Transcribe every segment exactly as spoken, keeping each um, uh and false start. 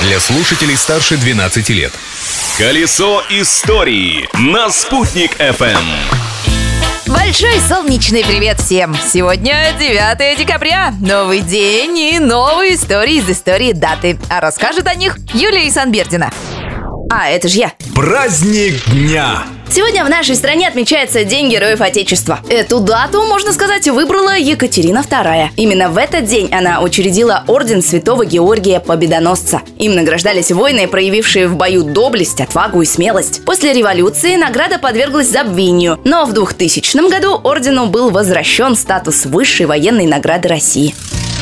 Для слушателей старше двенадцати лет. Колесо истории на Спутник эф эм. Большой солнечный привет всем! Сегодня девятое декабря. Новый день и новые истории из истории даты. А расскажет о них Юлия Санбердина. А, это же я. Праздник дня. Сегодня в нашей стране отмечается День Героев Отечества. Эту дату, можно сказать, выбрала Екатерина вторая. Именно в этот день она учредила орден Святого Георгия Победоносца. Им награждались воины, проявившие в бою доблесть, отвагу и смелость. После революции награда подверглась забвению, но в двухтысячном году ордену был возвращен статус высшей военной награды России.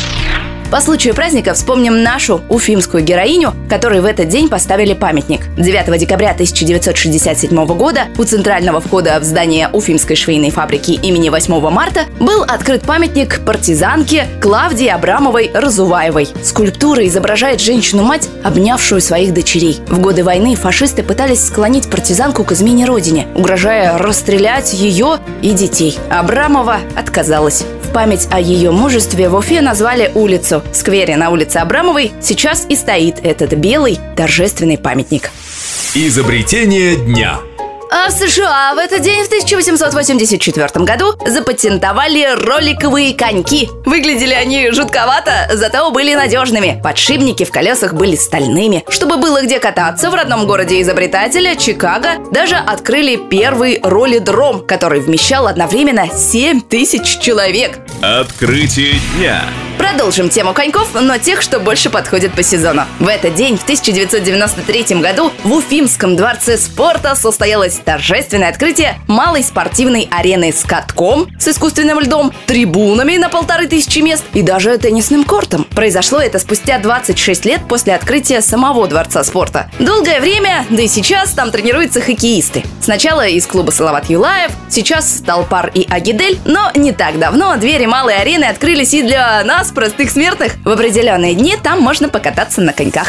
По случаю праздника вспомним нашу уфимскую героиню, которой в этот день поставили памятник. девятого декабря тысяча девятьсот шестьдесят седьмого года у центрального входа в здание Уфимской швейной фабрики имени восьмого марта был открыт памятник партизанке Клавдии Абрамовой-Разуваевой. Скульптура изображает женщину-мать, обнявшую своих дочерей. В годы войны фашисты пытались склонить партизанку к измене родине, угрожая расстрелять ее и детей. Абрамова отказалась. В память о ее мужестве в Уфе назвали улицу. В сквере на улице Абрамовой сейчас и стоит этот белый торжественный памятник. Изобретение дня. А в США в этот день в тысяча восемьсот восемьдесят четвёртом году запатентовали роликовые коньки. Выглядели они жутковато, зато были надежными. Подшипники в колесах были стальными. Чтобы было где кататься, в родном городе изобретателя, Чикаго, даже открыли первый ролидром, который вмещал одновременно семь тысяч человек. Открытие дня. Продолжим тему коньков, но тех, что больше подходят по сезону. В этот день, в тысяча девятьсот девяносто третьем году, в Уфимском дворце спорта состоялось торжественное открытие малой спортивной арены с катком с искусственным льдом, трибунами на полторы тысячи мест и даже теннисным кортом. Произошло это спустя двадцать шесть лет после открытия самого дворца спорта. Долгое время, да и сейчас, там тренируются хоккеисты. Сначала из клуба Салават Юлаев, сейчас Талпар и Агидель, но не так давно двери малой арены открылись и для нас, простых смертных. В определенные дни там можно покататься на коньках.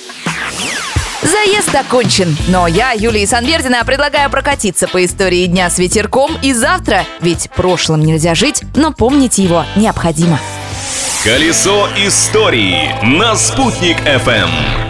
Заезд окончен, но я, Юлия Санбердина, предлагаю прокатиться по истории дня с ветерком и завтра, ведь прошлым нельзя жить, но помнить его необходимо. Колесо истории на Спутник эф эм.